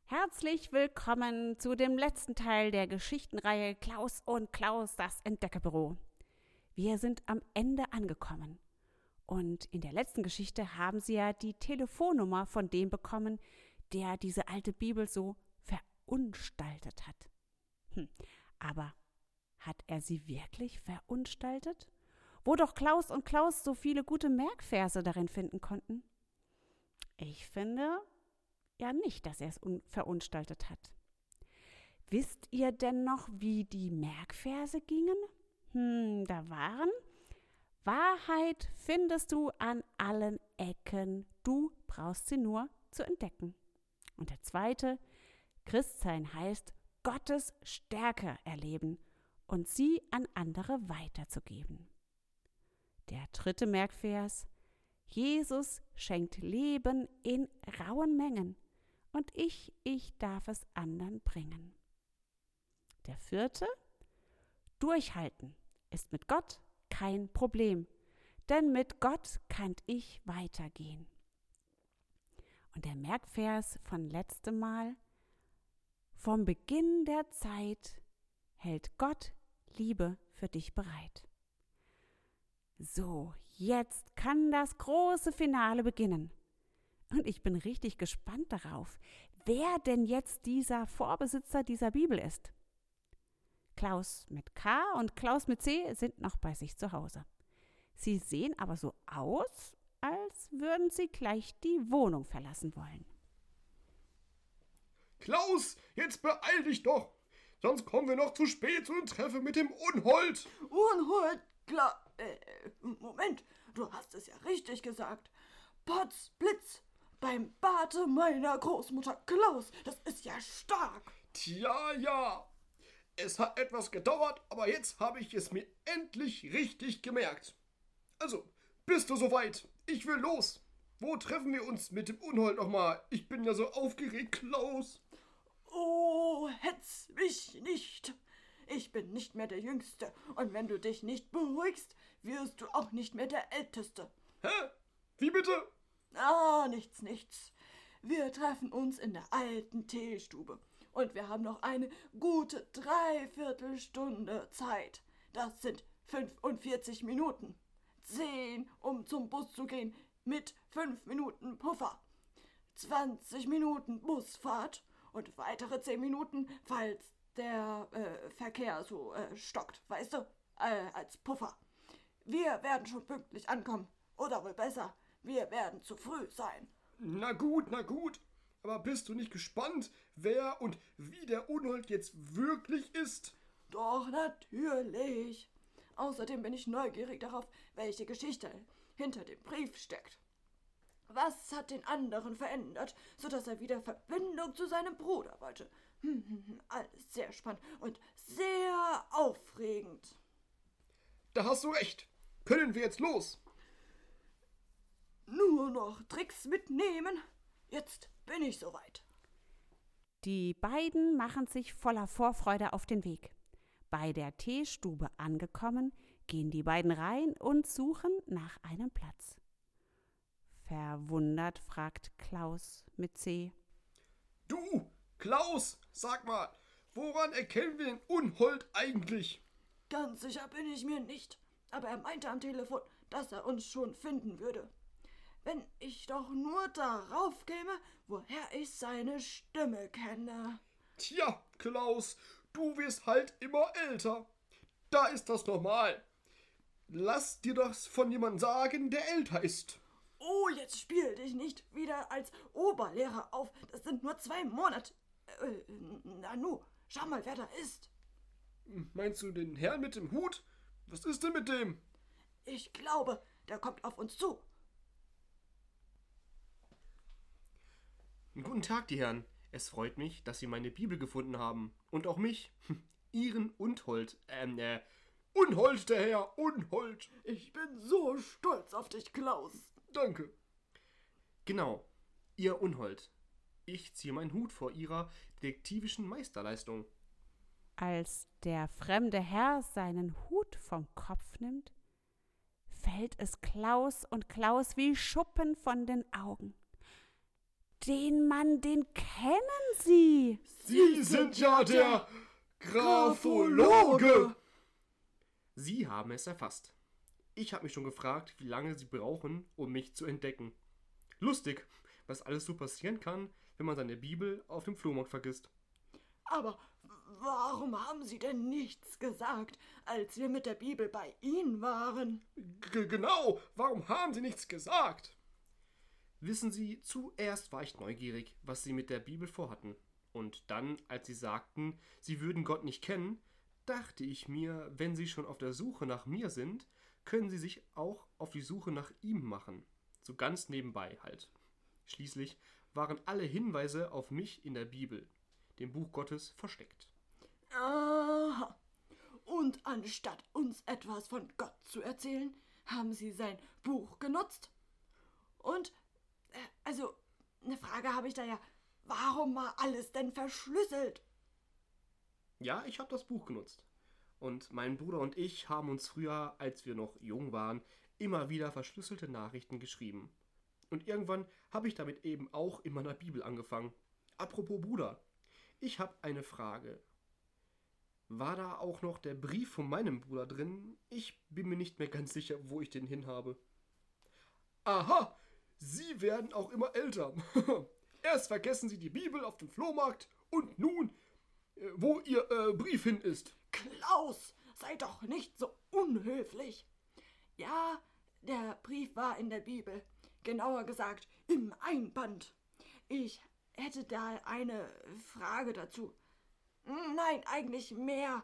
Herzlich willkommen zu dem letzten Teil der Geschichtenreihe Klaus und Klaus, das Entdeckerbüro. Wir sind am Ende angekommen. Und in der letzten Geschichte haben Sie ja die Telefonnummer von dem bekommen, der diese alte Bibel so verunstaltet hat. Aber hat er sie wirklich verunstaltet? Wo doch Klaus und Klaus so viele gute Merkverse darin finden konnten? Ich finde ja nicht, dass er es verunstaltet hat. Wisst ihr denn noch, wie die Merkverse gingen? Da waren: Wahrheit findest du an allen Ecken, du brauchst sie nur zu entdecken. Und der zweite: Christsein heißt Gottes Stärke erleben und sie an andere weiterzugeben. Der dritte Merkvers: Jesus schenkt Leben in rauen Mengen und ich darf es anderen bringen. Der vierte: Durchhalten ist mit Gott kein Problem, denn mit Gott kann ich weitergehen. Und der Merkvers von letztem Mal: Vom Beginn der Zeit hält Gott Liebe für dich bereit. So, jetzt kann das große Finale beginnen. Und ich bin richtig gespannt darauf, wer denn jetzt dieser Vorbesitzer dieser Bibel ist. Klaus mit K und Klaus mit C sind noch bei sich zu Hause. Sie sehen aber so aus, als würden sie gleich die Wohnung verlassen wollen. Klaus, jetzt beeil dich doch, sonst kommen wir noch zu spät zu dem Treffen mit dem Unhold. Unhold, klar. Moment, du hast es ja richtig gesagt. Potz, Blitz, beim Barte meiner Großmutter Klaus. Das ist ja stark. Tja, ja. Es hat etwas gedauert, aber jetzt habe ich es mir endlich richtig gemerkt. Also, bist du soweit? Ich will los. Wo treffen wir uns mit dem Unhold nochmal? Ich bin ja so aufgeregt, Klaus. Oh, hetz mich nicht. Ich bin nicht mehr der Jüngste. Und wenn du dich nicht beruhigst, wirst du auch nicht mehr der Älteste. Hä? Wie bitte? Nichts. Wir treffen uns in der alten Teestube. Und wir haben noch eine gute Dreiviertelstunde Zeit. Das sind 45 Minuten. 10, um zum Bus zu gehen, mit 5 Minuten Puffer. 20 Minuten Busfahrt und weitere 10 Minuten, falls der Verkehr so stockt, weißt du, als Puffer. Wir werden schon pünktlich ankommen. Oder wohl besser, wir werden zu früh sein. Na gut. Aber bist du nicht gespannt, wer und wie der Unhold jetzt wirklich ist? Doch, natürlich. Außerdem bin ich neugierig darauf, welche Geschichte hinter dem Brief steckt. Was hat den anderen verändert, sodass er wieder Verbindung zu seinem Bruder wollte? Alles sehr spannend und sehr aufregend. Da hast du recht. Können wir jetzt los? Nur noch Tricks mitnehmen. Jetzt bin ich soweit. Die beiden machen sich voller Vorfreude auf den Weg. Bei der Teestube angekommen, gehen die beiden rein und suchen nach einem Platz. Verwundert fragt Klaus mit C: Du, Klaus, sag mal, woran erkennen wir den Unhold eigentlich? Ganz sicher bin ich mir nicht, aber er meinte am Telefon, dass er uns schon finden würde. Wenn ich doch nur darauf käme, woher ich seine Stimme kenne. Tja, Klaus, du wirst halt immer älter. Da ist das normal. Lass dir das von jemandem sagen, der älter ist. Oh, jetzt spiel dich nicht wieder als Oberlehrer auf. Das sind nur 2 Monate. Nanu, schau mal, wer da ist. Meinst du den Herrn mit dem Hut? Was ist denn mit dem? Ich glaube, der kommt auf uns zu. Guten Tag, die Herren. Es freut mich, dass Sie meine Bibel gefunden haben. Und auch mich. Ihren Unhold. Unhold, der Herr, Unhold. Ich bin so stolz auf dich, Klaus. Danke. Genau, Ihr Unhold. Ich ziehe meinen Hut vor Ihrer detektivischen Meisterleistung. Als der fremde Herr seinen Hut vom Kopf nimmt, fällt es Klaus und Klaus wie Schuppen von den Augen. den Mann, den kennen Sie. Sie sind ja der Graphologe. Sie haben es erfasst. Ich habe mich schon gefragt, wie lange Sie brauchen, um mich zu entdecken. Lustig, was alles so passieren kann, wenn man seine Bibel auf dem Flohmarkt vergisst. Aber warum haben Sie denn nichts gesagt, als wir mit der Bibel bei Ihnen waren? Genau, warum haben Sie nichts gesagt? Wissen Sie, zuerst war ich neugierig, was Sie mit der Bibel vorhatten. Und dann, als Sie sagten, Sie würden Gott nicht kennen, dachte ich mir, wenn Sie schon auf der Suche nach mir sind, können Sie sich auch auf die Suche nach ihm machen. So ganz nebenbei halt. Schließlich waren alle Hinweise auf mich in der Bibel, dem Buch Gottes, versteckt. Aha. Und anstatt uns etwas von Gott zu erzählen, haben Sie sein Buch genutzt? Und, also, eine Frage habe ich da ja. Warum war alles denn verschlüsselt? Ja, ich habe das Buch genutzt. Und mein Bruder und ich haben uns früher, als wir noch jung waren, immer wieder verschlüsselte Nachrichten geschrieben. Und irgendwann habe ich damit eben auch in meiner Bibel angefangen. Apropos Bruder, ich habe eine Frage. War da auch noch der Brief von meinem Bruder drin? Ich bin mir nicht mehr ganz sicher, wo ich den hin habe. Aha, Sie werden auch immer älter. Erst vergessen Sie die Bibel auf dem Flohmarkt und nun, wo Ihr Brief hin ist. Klaus, sei doch nicht so unhöflich. Ja, der Brief war in der Bibel. Genauer gesagt, im Einband. Ich hätte da eine Frage dazu. Nein, eigentlich mehr.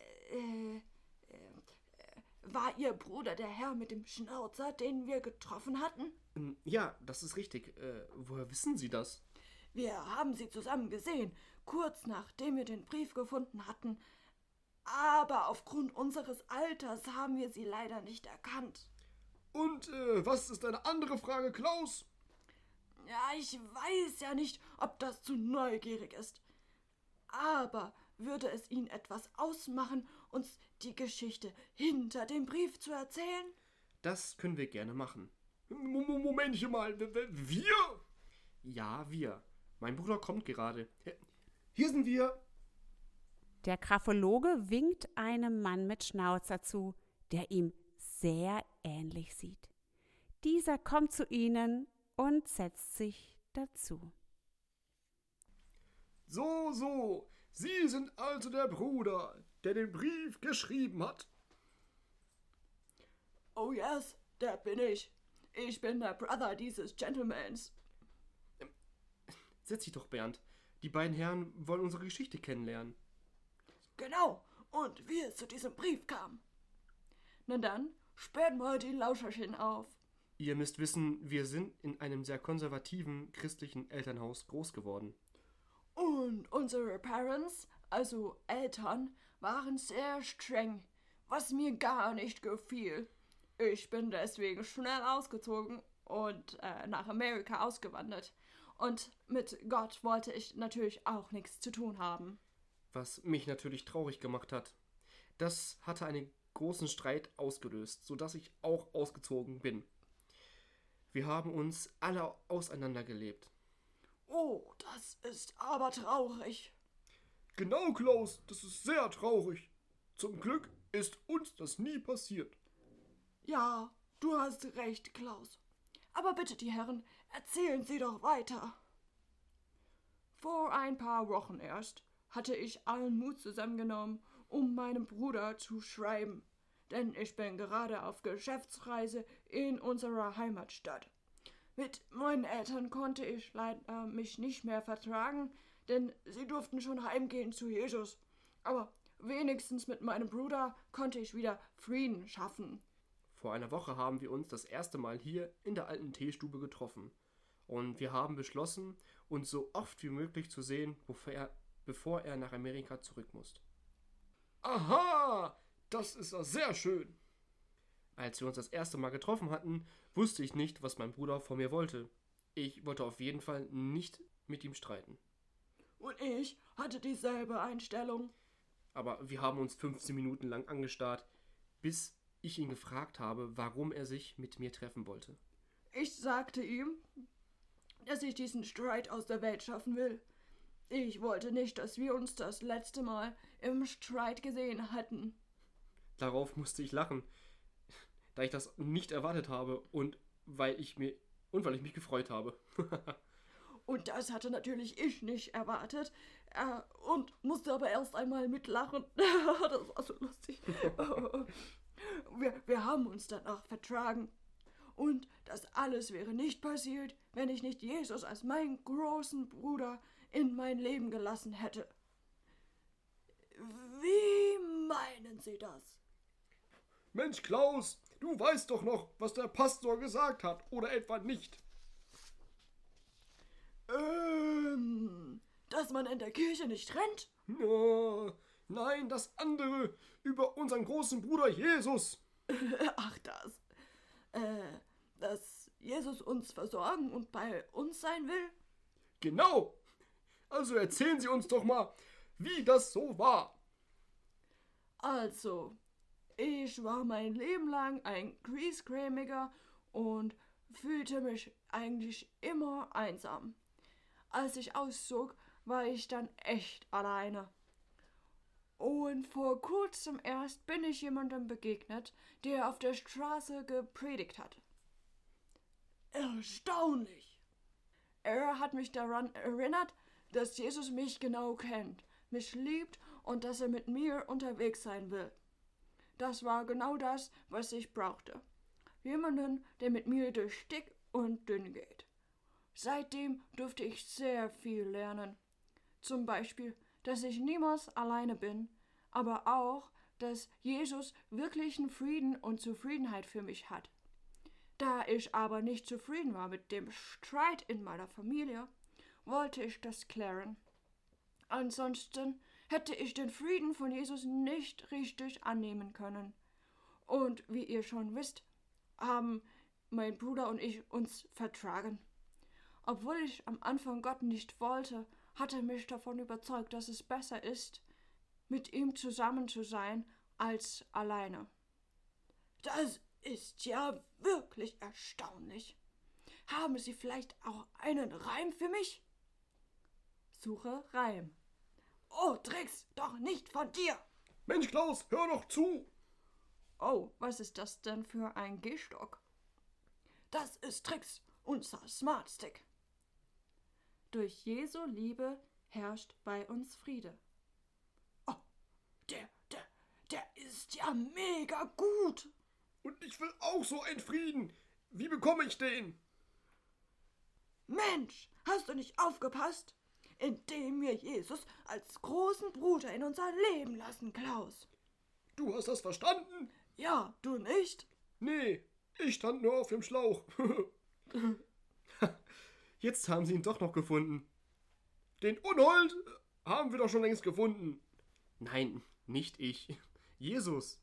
War Ihr Bruder der Herr mit dem Schnauzer, den wir getroffen hatten? Ja, das ist richtig. Woher wissen Sie das? Wir haben sie zusammen gesehen, kurz nachdem wir den Brief gefunden hatten. Aber aufgrund unseres Alters haben wir sie leider nicht erkannt. Und was ist eine andere Frage, Klaus? Ja, ich weiß ja nicht, ob das zu neugierig ist. Aber würde es Ihnen etwas ausmachen, uns die Geschichte hinter dem Brief zu erzählen? Das können wir gerne machen. Momentchen mal, wir? Ja, wir. Mein Bruder kommt gerade. Hier sind wir. Der Graphologe winkt einem Mann mit Schnauzer zu, der ihm sehr ähnlich sieht. Dieser kommt zu ihnen und setzt sich dazu. So, Sie sind also der Bruder, der den Brief geschrieben hat. Oh yes, der bin ich. Ich bin der Brother dieses Gentlemans. Setz dich doch, Bernd. Die beiden Herren wollen unsere Geschichte kennenlernen. Genau, und wie es zu diesem Brief kam. Na dann, sperrt mal die Lauscherchen auf. Ihr müsst wissen, wir sind in einem sehr konservativen christlichen Elternhaus groß geworden. Und unsere Parents, also Eltern, waren sehr streng, was mir gar nicht gefiel. Ich bin deswegen schnell ausgezogen und nach Amerika ausgewandert. Und mit Gott wollte ich natürlich auch nichts zu tun haben. Was mich natürlich traurig gemacht hat. Das hatte einen großen Streit ausgelöst, sodass ich auch ausgezogen bin. Wir haben uns alle auseinandergelebt. Oh, das ist aber traurig. Genau, Klaus, das ist sehr traurig. Zum Glück ist uns das nie passiert. Ja, du hast recht, Klaus. Aber bitte, die Herren, erzählen Sie doch weiter. Vor ein paar Wochen erst hatte ich allen Mut zusammengenommen, um meinem Bruder zu schreiben, denn ich bin gerade auf Geschäftsreise in unserer Heimatstadt. Mit meinen Eltern konnte ich leider mich nicht mehr vertragen, denn sie durften schon heimgehen zu Jesus. Aber wenigstens mit meinem Bruder konnte ich wieder Frieden schaffen. Vor einer Woche haben wir uns das erste Mal hier in der alten Teestube getroffen. Und wir haben beschlossen, uns so oft wie möglich zu sehen, bevor er nach Amerika zurück muss. Aha, das ist ja sehr schön. Als wir uns das erste Mal getroffen hatten, wusste ich nicht, was mein Bruder von mir wollte. Ich wollte auf jeden Fall nicht mit ihm streiten. Und ich hatte dieselbe Einstellung. Aber wir haben uns 15 Minuten lang angestarrt, bis ich ihn gefragt habe, warum er sich mit mir treffen wollte. Ich sagte ihm, dass ich diesen Streit aus der Welt schaffen will. Ich wollte nicht, dass wir uns das letzte Mal im Streit gesehen hatten. Darauf musste ich lachen, da ich das nicht erwartet habe und weil ich mich gefreut habe. Und das hatte natürlich ich nicht erwartet und musste aber erst einmal mitlachen. Das war so lustig. Wir haben uns danach vertragen. Und das alles wäre nicht passiert, wenn ich nicht Jesus als meinen großen Bruder in mein Leben gelassen hätte. Wie meinen Sie das? Mensch, Klaus, du weißt doch noch, was der Pastor gesagt hat, oder etwa nicht? Dass man in der Kirche nicht rennt? Oh, nein, das andere, über unseren großen Bruder Jesus. Ach, das. Dass Jesus uns versorgen und bei uns sein will? Genau. Also erzählen Sie uns doch mal, wie das so war. Also, ich war mein Leben lang ein Griesgrämiger und fühlte mich eigentlich immer einsam. Als ich auszog, war ich dann echt alleine. Und vor kurzem erst bin ich jemandem begegnet, der auf der Straße gepredigt hat. Erstaunlich! Er hat mich daran erinnert, dass Jesus mich genau kennt, mich liebt und dass er mit mir unterwegs sein will. Das war genau das, was ich brauchte. Jemanden, der mit mir durch dick und dünn geht. Seitdem durfte ich sehr viel lernen. Zum Beispiel, dass ich niemals alleine bin, aber auch, dass Jesus wirklichen Frieden und Zufriedenheit für mich hat. Da ich aber nicht zufrieden war mit dem Streit in meiner Familie, wollte ich das klären. Ansonsten hätte ich den Frieden von Jesus nicht richtig annehmen können. Und wie ihr schon wisst, haben mein Bruder und ich uns vertragen. Obwohl ich am Anfang Gott nicht wollte, hat er mich davon überzeugt, dass es besser ist, mit ihm zusammen zu sein, als alleine. Das ist ja wirklich erstaunlich. Haben Sie vielleicht auch einen Reim für mich? Suche Reim. Oh, Trix, doch nicht von dir! Mensch, Klaus, hör doch zu! Oh, was ist das denn für ein Gehstock? Das ist Trix, unser Smartstick. Durch Jesu Liebe herrscht bei uns Friede. Oh, der ist ja mega gut! Und ich will auch so einen Frieden. Wie bekomme ich den? Mensch, hast du nicht aufgepasst? Indem wir Jesus als großen Bruder in unser Leben lassen, Klaus. Du hast das verstanden? Ja, du nicht? Nee, ich stand nur auf dem Schlauch. Jetzt haben sie ihn doch noch gefunden. Den Unhold haben wir doch schon längst gefunden. Nein, nicht ich. Jesus.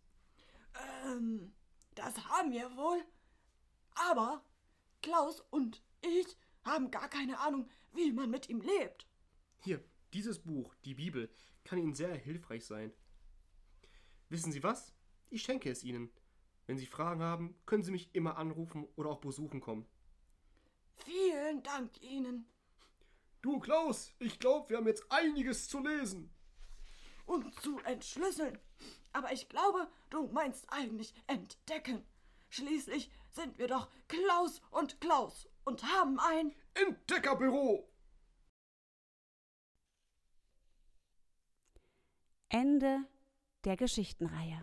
Das haben wir wohl. Aber Klaus und ich haben gar keine Ahnung, wie man mit ihm lebt. Hier, dieses Buch, die Bibel, kann Ihnen sehr hilfreich sein. Wissen Sie was? Ich schenke es Ihnen. Wenn Sie Fragen haben, können Sie mich immer anrufen oder auch besuchen kommen. Vielen Dank Ihnen. Du, Klaus, ich glaube, wir haben jetzt einiges zu lesen. Und zu entschlüsseln. Aber ich glaube, du meinst eigentlich entdecken. Schließlich sind wir doch Klaus und haben ein Entdeckerbüro. Ende der Geschichtenreihe.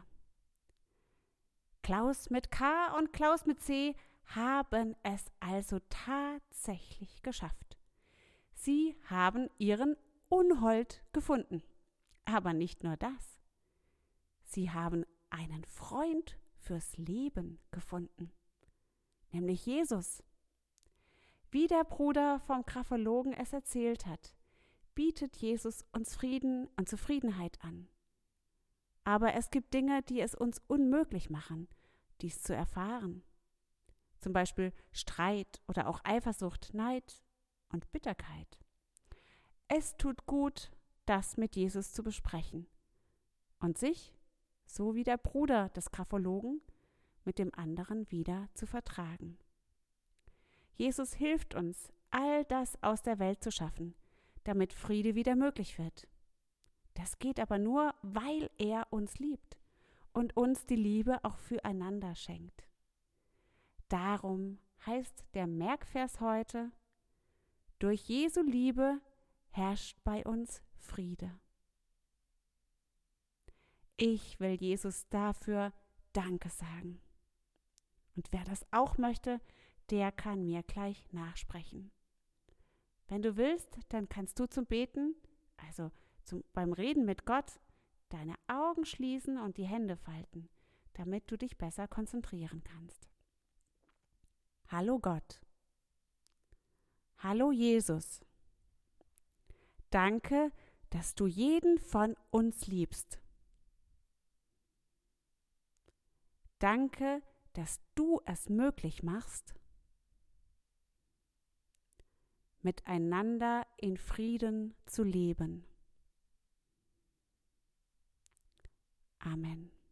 Klaus mit K und Klaus mit C haben es also tatsächlich geschafft. Sie haben ihren Unhold gefunden. Aber nicht nur das. Sie haben einen Freund fürs Leben gefunden, nämlich Jesus. Wie der Bruder vom Graphologen es erzählt hat, bietet Jesus uns Frieden und Zufriedenheit an. Aber es gibt Dinge, die es uns unmöglich machen, dies zu erfahren. Zum Beispiel Streit oder auch Eifersucht, Neid und Bitterkeit. Es tut gut, das mit Jesus zu besprechen und sich, so wie der Bruder des Graphologen, mit dem anderen wieder zu vertragen. Jesus hilft uns, all das aus der Welt zu schaffen, damit Friede wieder möglich wird. Das geht aber nur, weil er uns liebt und uns die Liebe auch füreinander schenkt. Darum heißt der Merkvers heute: Durch Jesu Liebe herrscht bei uns Friede. Ich will Jesus dafür Danke sagen. Und wer das auch möchte, der kann mir gleich nachsprechen. Wenn du willst, dann kannst du zum Beten, also beim Reden mit Gott, deine Augen schließen und die Hände falten, damit du dich besser konzentrieren kannst. Hallo Gott. Hallo Jesus. Danke, dass du jeden von uns liebst. Danke, dass du es möglich machst, miteinander in Frieden zu leben. Amen.